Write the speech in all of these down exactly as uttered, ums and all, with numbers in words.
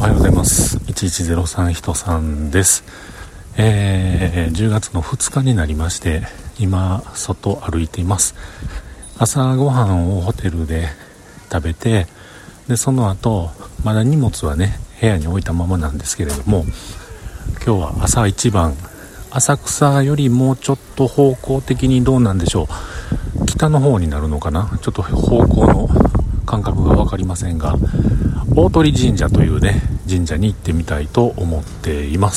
はようございます。いちいちゼロさん人さんです。えー、じゅうがつのふつかになりまして、今外歩いています。朝ごはんをホテルで食べて、でその後まだ荷物はね部屋に置いたままなんですけれども、今日は朝一番、浅草よりもうちょっと方向的にどうなんでしょう、北の方になるのかな、ちょっと方向の感覚が分かりませんが、大鳥神社というね神社に行ってみたいと思っています。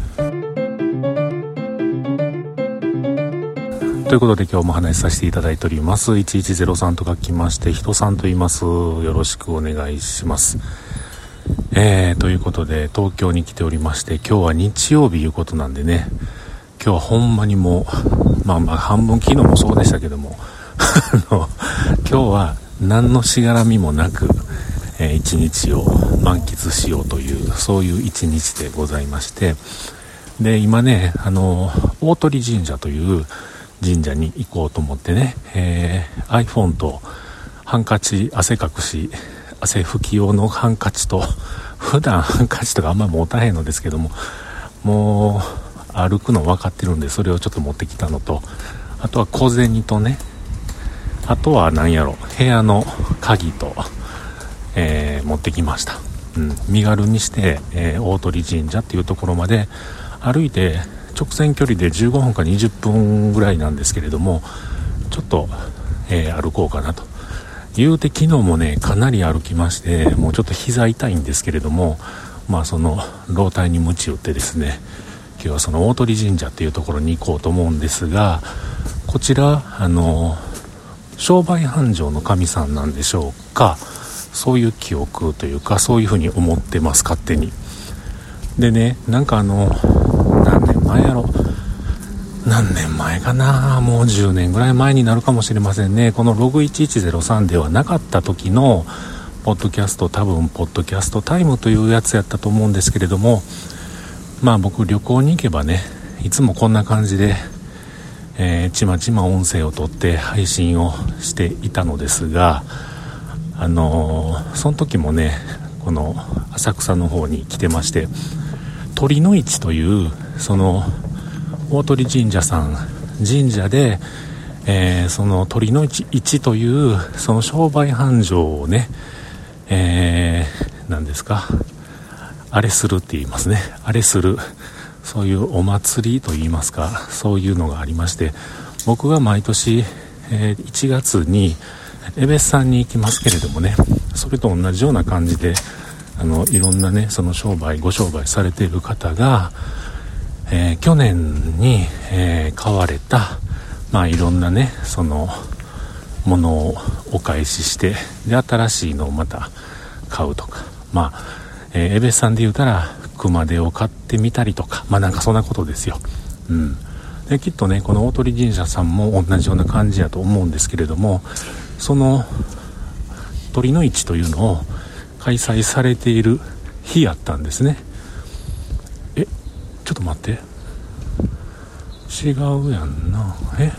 ということで今日も話しさせていただいておりますいちいちゼロさんと書きまして人さんと言います。よろしくお願いします。えー、ということで東京に来ておりまして、今日は日曜日いうことなんでね、今日はほんまにもうまあまあ半分昨日もそうでしたけどもあの今日は何のしがらみもなく、えー、一日を満喫しようという、そういう一日でございまして、で今ねあの大鳥神社という神社に行こうと思ってね、えー、iPhone とハンカチ、汗隠し汗拭き用のハンカチと、普段ハンカチとかあんまり持たへんのですけども、もう歩くの分かってるんでそれをちょっと持ってきたのと、あとは小銭とね、あとは何やろ部屋の鍵と、えー、持ってきました、うん、身軽にして、えー、大鳥神社っていうところまで歩いて直線距離でじゅうごふんかにじゅっぷんぐらいなんですけれども、ちょっと、えー、歩こうかなと言うて、昨日もねかなり歩きまして、もうちょっと膝痛いんですけれども、まあその老体に鞭打ってですね、今日はその大鳥神社っていうところに行こうと思うんですが、こちらあの商売繁盛の神さんなんでしょうか、そういう記憶というかそういうふうに思ってます、勝手に。でね、なんかあの何年前やろ何年前かな、もうじゅうねんぐらい前になるかもしれませんね。このログいちいちゼロさんではなかった時のポッドキャスト、多分ポッドキャストタイムというやつやったと思うんですけれども、まあ僕旅行に行けばねいつもこんな感じで、えー、ちまちま音声を取って配信をしていたのですが、あのー、その時もねこの浅草の方に来てまして、鳥の市というその大鳥神社さん神社で、えー、その鳥の市というその商売繁盛をね、えー、何ですか、あれするって言いますね、あれする、そういうお祭りと言いますか、そういうのがありまして、僕が毎年、えー、いちがつに江別さんに行きますけれどもね、それと同じような感じであのいろんなねその商売ご商売されている方が、えー、去年に、えー、買われた、まあいろんなねそのものをお返しして、で新しいのをまた買うとか、まあ、えー、江別さんで言うたら熊手を買ってみたりとか、まあなんかそんなことですよ。うん。できっとねこの大鳥神社さんも同じような感じやと思うんですけれども、その鳥の市というのを開催されている日やったんですね。えちょっと待って、違うやんな、え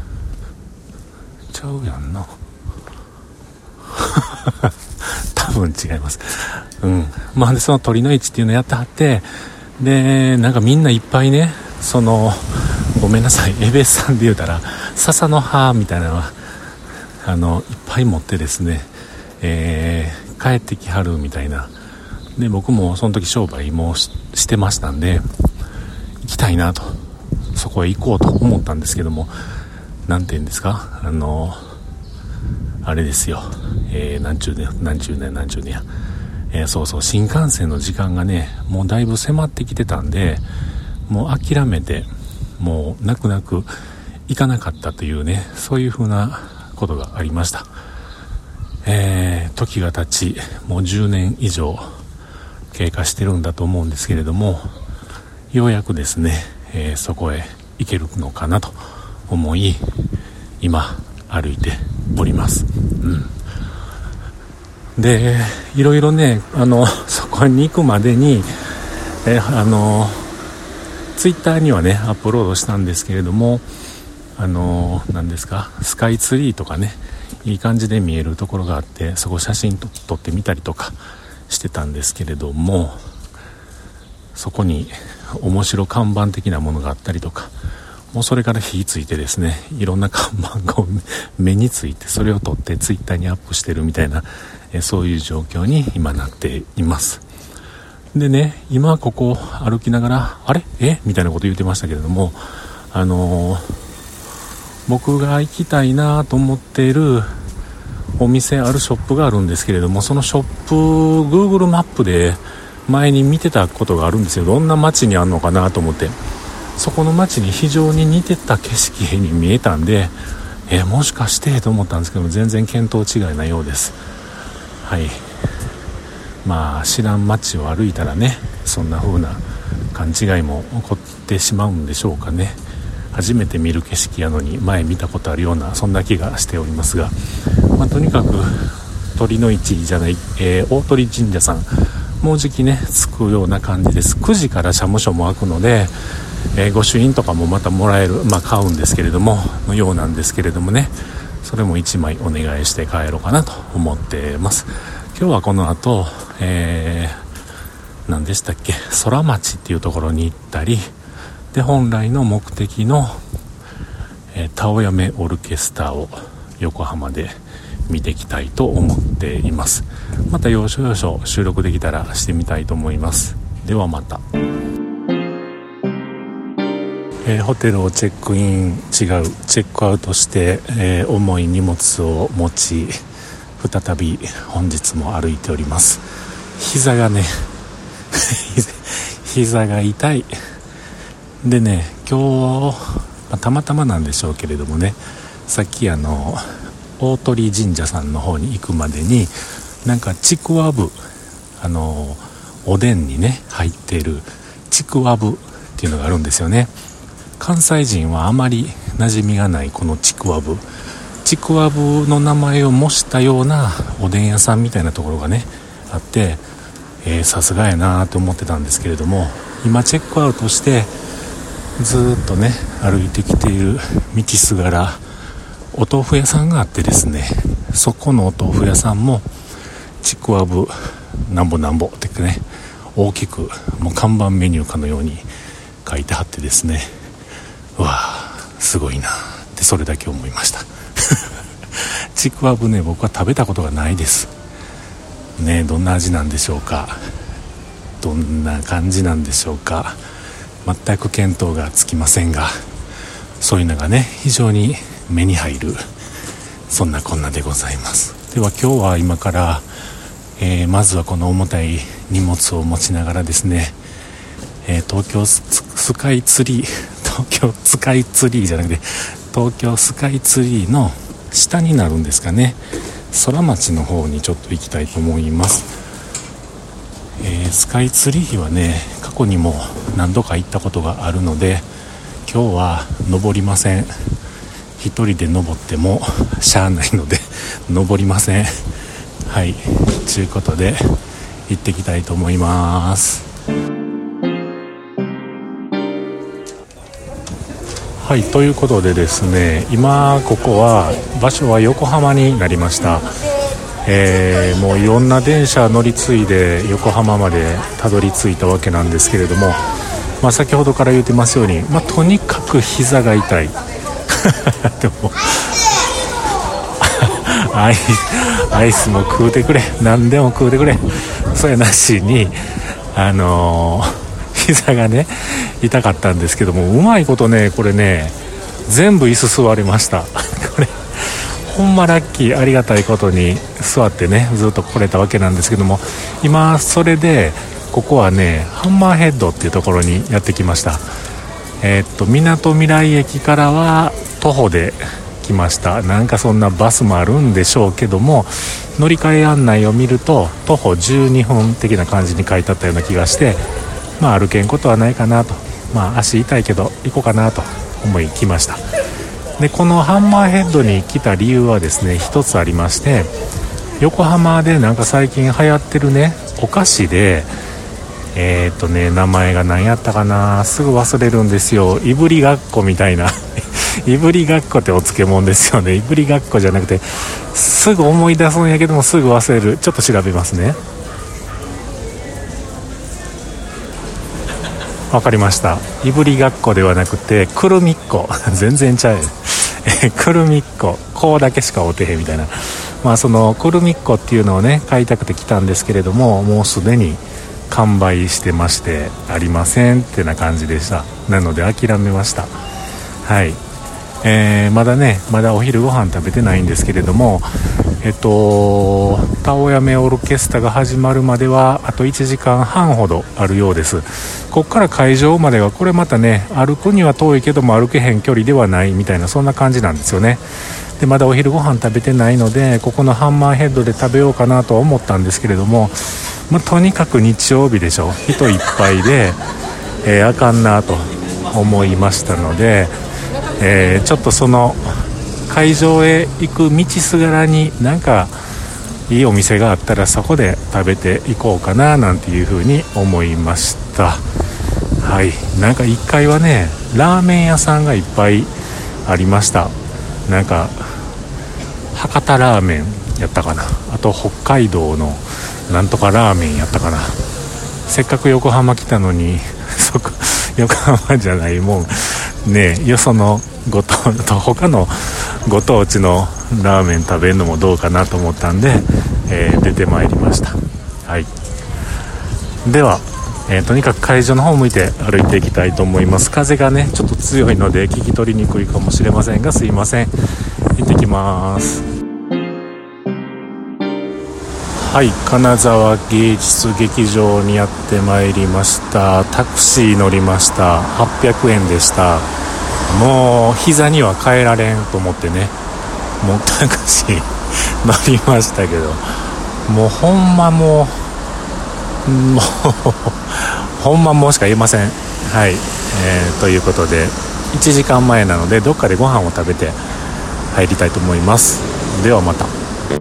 ちゃうやんな多分違います。うんまあでその鳥の市っていうのやってはって、でなんかみんないっぱいね、そのごめんなさい江別さんで言うたら笹の葉みたいなのはあのいっぱい持ってですね、えー、帰ってきはるみたいな。で僕もその時商売も し, してましたんで行きたいなと、そこへ行こうと思ったんですけども、なんて言うんですか、あのあれですよ、えー、何十年何十年何十年や、えー、そうそう新幹線の時間がねもうだいぶ迫ってきてたんで、もう諦めてもう泣く泣く行かなかったというね、そういう風なことがありました。えー、時が経ちもうじゅうねん以上経過してるんだと思うんですけれども、ようやくですね、えー、そこへ行けるのかなと思い今歩いております。うんでいろいろねあのそこに行くまでに、えー、あのツイッターにはねアップロードしたんですけれども、あの何ですかスカイツリーとかねいい感じで見えるところがあって、そこ写真と撮ってみたりとかしてたんですけれども、そこに面白看板的なものがあったりとか、もうそれから火ついてですね、いろんな看板が目について、それを撮ってツイッターにアップしてるみたいな、えそういう状況に今なっています。でね、今ここ歩きながら、あれえみたいなこと言ってましたけれども、あのー、僕が行きたいなと思っているお店、あるショップがあるんですけれども、そのショップ Google マップで前に見てたことがあるんですよ。どんな街にあるのかなと思って、そこの街に非常に似てた景色に見えたんで、えもしかしてと思ったんですけども、全然見当違いなようです。はい、まあ知らん街を歩いたらね、そんな風な勘違いも起こってしまうんでしょうかね。初めて見る景色やのに前見たことあるような、そんな気がしておりますが、まあ、とにかく鳥の市じゃない、えー、大鳥神社さん、もうじきね着くような感じです。くじから社務所も開くので、えー、御朱印とかもまたもらえる、まあ買うんですけれどものようなんですけれどもね、それもいちまいお願いして帰ろうかなと思ってます。今日はこの後、えー、何でしたっけ、空町っていうところに行ったりで、本来の目的の、えー、タオヤメオルケスタを横浜で見ていきたいと思っています。また要所要所収録できたらしてみたいと思います。ではまた。えー、ホテルをチェックイン違うチェックアウトして、えー、重い荷物を持ち、再び本日も歩いております。膝がね膝が痛いでね、今日、まあ、たまたまなんでしょうけれどもね、さっきあの大鳥神社さんの方に行くまでに、なんかちくわぶ、あのおでんにね入っているちくわぶっていうのがあるんですよね。関西人はあまり馴染みがないこのちくわぶ、ちくわぶの名前を模したようなおでん屋さんみたいなところがねあって、えー、さすがやなと思ってたんですけれども、今チェックアウトしてずっとね歩いてきている道すがら、お豆腐屋さんがあってですね、そこのお豆腐屋さんもちくわぶなんぼなんぼってね、大きくもう看板メニューかのように書いてあってですね、うわーすごいなってそれだけ思いましたちくわぶね、僕は食べたことがないですね。どんな味なんでしょうか、どんな感じなんでしょうか、全く見当がつきませんが、そういうのがね非常に目に入る、そんなこんなでございます。では今日は今から、えー、まずはこの重たい荷物を持ちながらですね、えー、東京 ス, スカイツリー東京スカイツリーじゃなくて東京スカイツリーの下になるんですかね、空町の方にちょっと行きたいと思います。えー、スカイツリーはね過去にも何度か行ったことがあるので、今日は登りません。一人で登ってもしゃあないので登りません。はい、ということで行ってきたいと思います。はい、ということでですね、今ここは場所は横浜になりました。えー、もういろんな電車乗り継いで横浜までたどり着いたわけなんですけれども、まあ、先ほどから言ってますように、まあ、とにかく膝が痛いでもアイアイスも食うてくれ、何でも食うてくれ、それなしにあのー、膝がね痛かったんですけども、うまいことねこれね全部椅子座れましたこれほんまラッキー、ありがたいことに座ってねずっと来れたわけなんですけども、今それでここはねハンマーヘッドっていうところにやってきました。えー、っとみなとみらい駅からは徒歩で来ました。なんかそんなバスもあるんでしょうけども、乗り換え案内を見ると徒歩じゅうにふん的な感じに書いてあったような気がして、まあ歩けんことはないかなと、まあ足痛いけど行こうかなと思い来ました。でこのハンマーヘッドに来た理由はですね一つありまして、横浜でなんか最近流行ってるねお菓子で、えーっとね名前が何やったかな、すぐ忘れるんですよ。いぶりがっこみたいないぶりがっこってお漬物ですよね。いぶりがっこじゃなくて、すぐ思い出すんやけどもすぐ忘れる。ちょっと調べますね。 わかりました。いぶりがっこではなくてくるみっこ全然ちゃうえくるみっここうだけしかおてへんみたいな、まあそのくるみっこっていうのをね買いたくて来たんですけれども、もうすでに完売してましてありませんってな感じでした。なので諦めました。はい、えー、まだねまだお昼ご飯食べてないんですけれども、えっとタオヤメオルケスタが始まるまではあといちじかんはんほどあるようです。ここから会場まではこれまたね歩くには遠いけども歩けへん距離ではないみたいな、そんな感じなんですよね。でまだお昼ご飯食べてないのでここのハンマーヘッドで食べようかなとは思ったんですけれども、まあ、とにかく日曜日でしょ、人いっぱいで、えー、あかんなと思いましたので、えー、ちょっとその会場へ行く道すがらになんかいいお店があったらそこで食べていこうかななんていうふうに思いました。はい、なんかいっかいはねラーメン屋さんがいっぱいありました。なんか博多ラーメンやったかな、あと北海道のなんとかラーメンやったかな。せっかく横浜来たのにそこ横浜じゃないもんね、よそのご当と他のご当地のラーメン食べるのもどうかなと思ったんで、えー、出てまいりました。はい、では、えー、とにかく会場の方を向いて歩いていきたいと思います。風がねちょっと強いので聞き取りにくいかもしれませんがすいません。行ってきます。はい、金沢芸術劇場にやってまいりました。タクシー乗りました。はっぴゃくえんでした。もう膝には変えられんと思ってね、もうタクシー乗りましたけど、もうほんまもうもうほんまもうしか言えません。はい、えー、ということでいちじかんまえなのでどっかでご飯を食べて入りたいと思います。ではまた。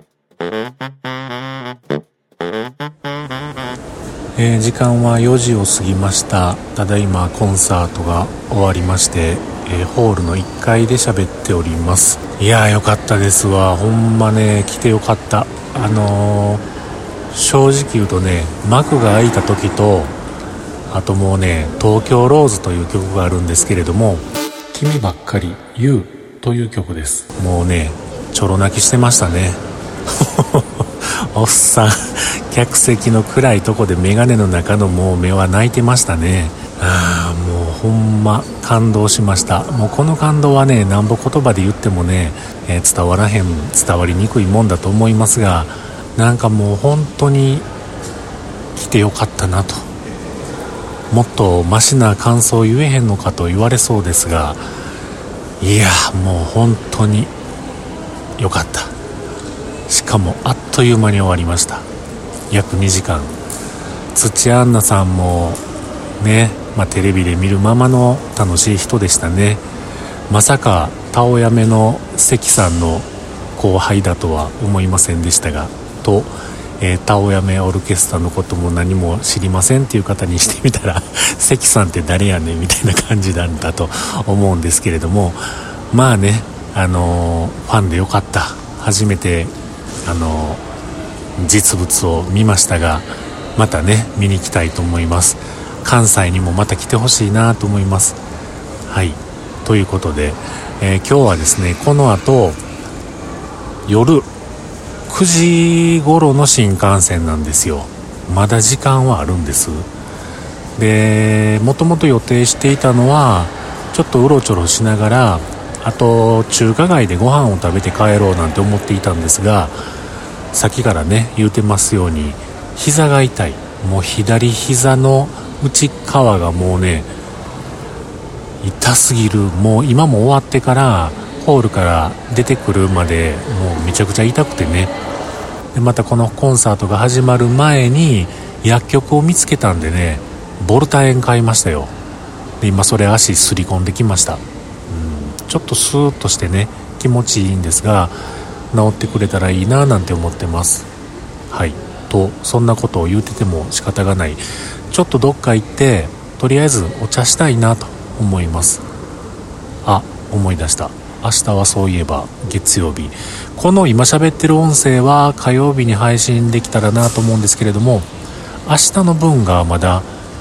えー、時間はよじを過ぎました。ただいまコンサートが終わりまして、えー、ホールのいっかいで喋っております。いやーよかったですわ。ほんまね来てよかった。あのー、正直言うとね幕が開いた時と、あともうね東京ローズという曲があるんですけれども、君ばっかり You という曲です。もうねちょろ泣きしてましたねおっさん客席の暗いとこでメガネの中のもう目は泣いてましたね。あーもうほんま感動しました。もうこの感動はねなんぼ言葉で言ってもね、えー、伝わらへん伝わりにくいもんだと思いますが、なんかもう本当に来てよかったなと、もっとマシな感想言えへんのかと言われそうですが、いやもう本当によかった。しかもあっという間に終わりました。約にじかん。土屋アンナさんもね、まあ、テレビで見るままの楽しい人でしたね。まさかタオヤメの関さんの後輩だとは思いませんでしたが、と、えー、タオヤメオルケストラのことも何も知りませんっていう方にしてみたら関さんって誰やねんみたいな感じなんだと思うんですけれども、まあね、あのー、ファンでよかった。初めてあのー実物を見ましたが、またね見に行きたいと思います。関西にもまた来てほしいなと思います。はい、ということで、えー、今日はですねこの後夜くじ頃の新幹線なんですよ。まだ時間はあるんです。でもともと予定していたのはちょっとうろちょろしながら、あと中華街でご飯を食べて帰ろうなんて思っていたんですが、さっきからね言うてますように膝が痛い。もう左膝の内側がもうね痛すぎる。もう今も終わってからホールから出てくるまでもうめちゃくちゃ痛くてね。でまたこのコンサートが始まる前に薬局を見つけたんでね、ボルタエン買いましたよ。で今それ足すり込んできました。うん、ちょっとスーッとしてね気持ちいいんですが、治ってくれたらいいななんて思ってます。はい、とそんなことを言うてても仕方がない。ちょっとどっか行ってとりあえずお茶したいなと思います。あ、思い出した。明日はそういえば月曜日、この今喋ってる音声は火曜日に配信できたらなと思うんですけれども、明日の分がまだ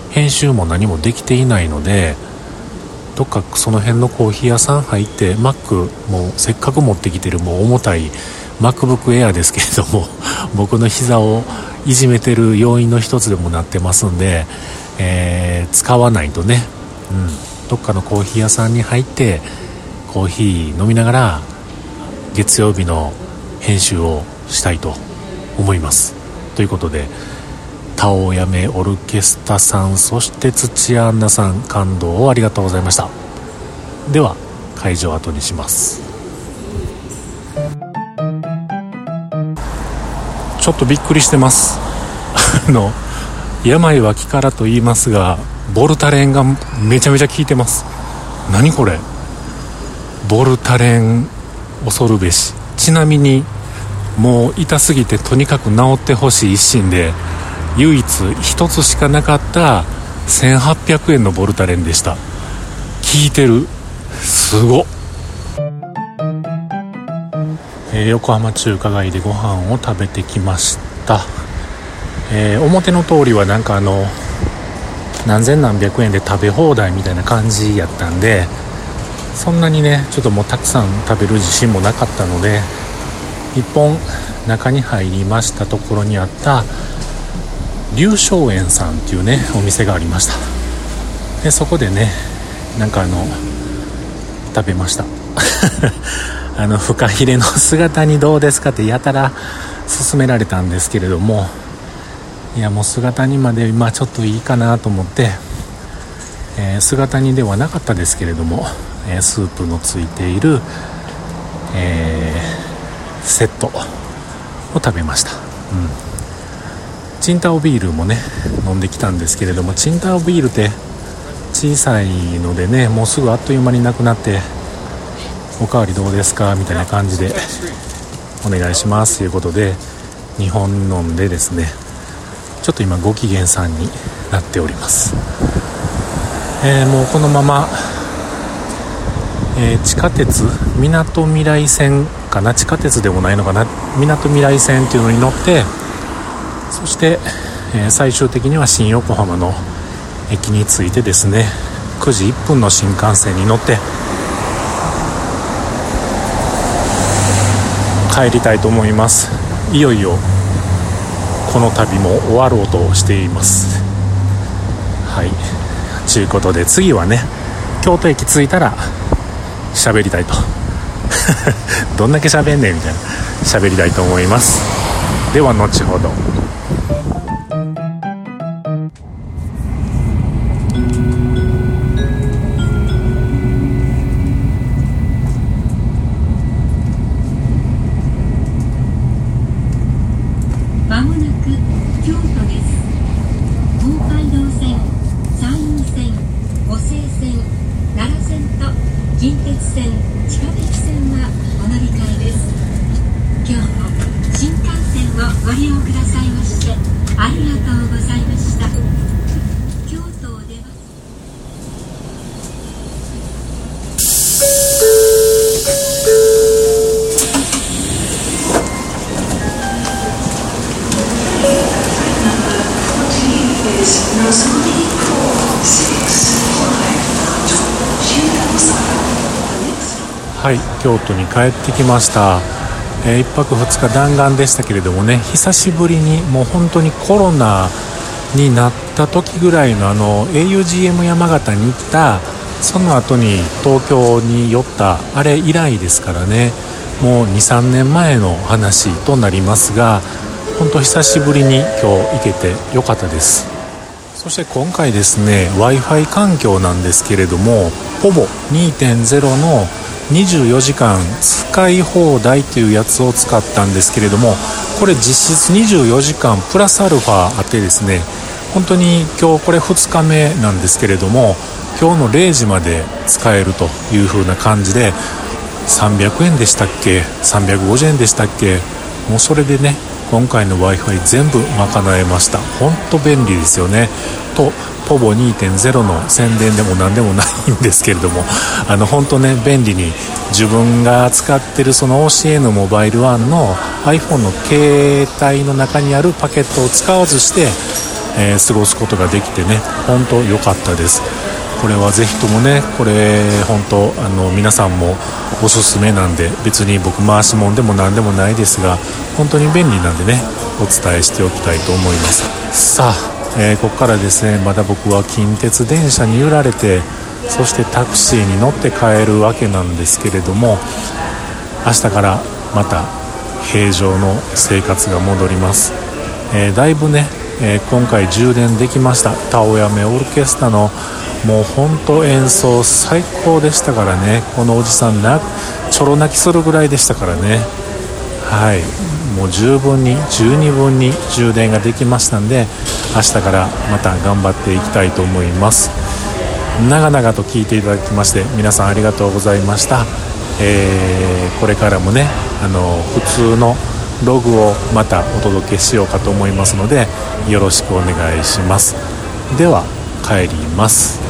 編集も何もできていないので、どっかその辺のコーヒー屋さん入って Mac もせっかく持ってきてるもう重たい MacBook Air ですけれども僕の膝をいじめてる要因の一つでもなってますんで、えー、使わないとね、うん、どっかのコーヒー屋さんに入ってコーヒー飲みながら月曜日の編集をしたいと思います。ということで、タオヤメオルケスタさん、そして土屋アンナさん、感動をありがとうございました。では会場を後にします。ちょっとびっくりしてますあの病は気からと言いますが、ボルタレンがめちゃめちゃ効いてます。何これ、ボルタレン恐るべし。ちなみにもう痛すぎてとにかく治ってほしい一心で唯一一つしかなかったせんはっぴゃくえんのボルタレンでした。効いてる、すごっ。えー、横浜中華街でご飯を食べてきました。えー、表の通りはなんかあの何千何百円で食べ放題みたいな感じやったんで、そんなにねちょっともうたくさん食べる自信もなかったので、一本中に入りましたところにあった龍翔園さんっていうねお店がありました。でそこでねなんかあの食べましたあのフカヒレの姿煮どうですかってやたら勧められたんですけれども、いやもう姿煮まで今ちょっといいかなと思って、えー、姿煮ではなかったですけれども、えー、スープのついている、えー、セットを食べました。うん、チンタオビールもね飲んできたんですけれども、チンタオビールって小さいのでねもうすぐあっという間になくなって、おかわりどうですかみたいな感じでお願いしますということでにほん飲んでですね、ちょっと今ご機嫌さんになっております。えー、もうこのまま、えー、地下鉄みなとみらい線かな、地下鉄でもないのかな、みなとみらい線っていうのに乗って、そして、えー、最終的には新横浜の駅に着いてですね、くじいっぷんの新幹線に乗って帰りたいと思います。いよいよこの旅も終わろうとしています。はい、ということで次はね京都駅着いたら喋りたいとどんだけ喋んねんみたいな喋りたいと思います。では後ほど。 まもなく京都です。東海道線、山陰線、湖西線、奈良線と近鉄線、地下鉄線はお乗り換えです。今日も新幹線をご利用くださいましてありがとうございました。京都を出ます。 はい、京都に帰ってきました。えー、いっぱくふつか弾丸でしたけれどもね、久しぶりにもう本当にコロナになった時ぐらいのあの エーユージーエム 山形に行ったその後に東京に寄ったあれ以来ですからね、もう にさんねんまえの話となりますが、本当久しぶりに今日行けてよかったです。そして今回ですね Wi-Fi 環境なんですけれども ポボ にてんゼロ のにじゅうよじかん使い放題というやつを使ったんですけれども、これ実質にじゅうよじかんプラスアルファあってですね、本当に今日これふつかめなんですけれども、今日のれいじまで使えるという風な感じで、さんびゃくえんでしたっけさんびゃくごじゅうえんでしたっけ、もうそれでね今回の Wi-Fi 全部賄えました。本当便利ですよね。とポボ にてんゼロ の宣伝でも何でもないんですけれども、あの本当ね便利に自分が使ってるその オーシーエヌ モバイルワンの iPhone の携帯の中にあるパケットを使わずして、 えー、過ごすことができてね、本当良かったです。これはぜひともね、これ本当あの皆さんもおすすめなんで、別に僕回しもんでも何でもないですが、本当に便利なんでね、お伝えしておきたいと思います。さあ、えー、ここからですね、まだ僕は近鉄電車に揺られて、そしてタクシーに乗って帰るわけなんですけれども、明日からまた平常の生活が戻ります。えー、だいぶね、えー、今回充電できました。タオヤメオルケストラのもう本当演奏最高でしたからね。このおじさんなちょろ泣きするぐらいでしたからね。はい、もう十分に十二分に充電ができましたんで、明日からまた頑張っていきたいと思います。長々と聞いていただきまして皆さんありがとうございました。えー、これからもね、あの普通のログをまたお届けしようかと思いますので、よろしくお願いします。では帰ります。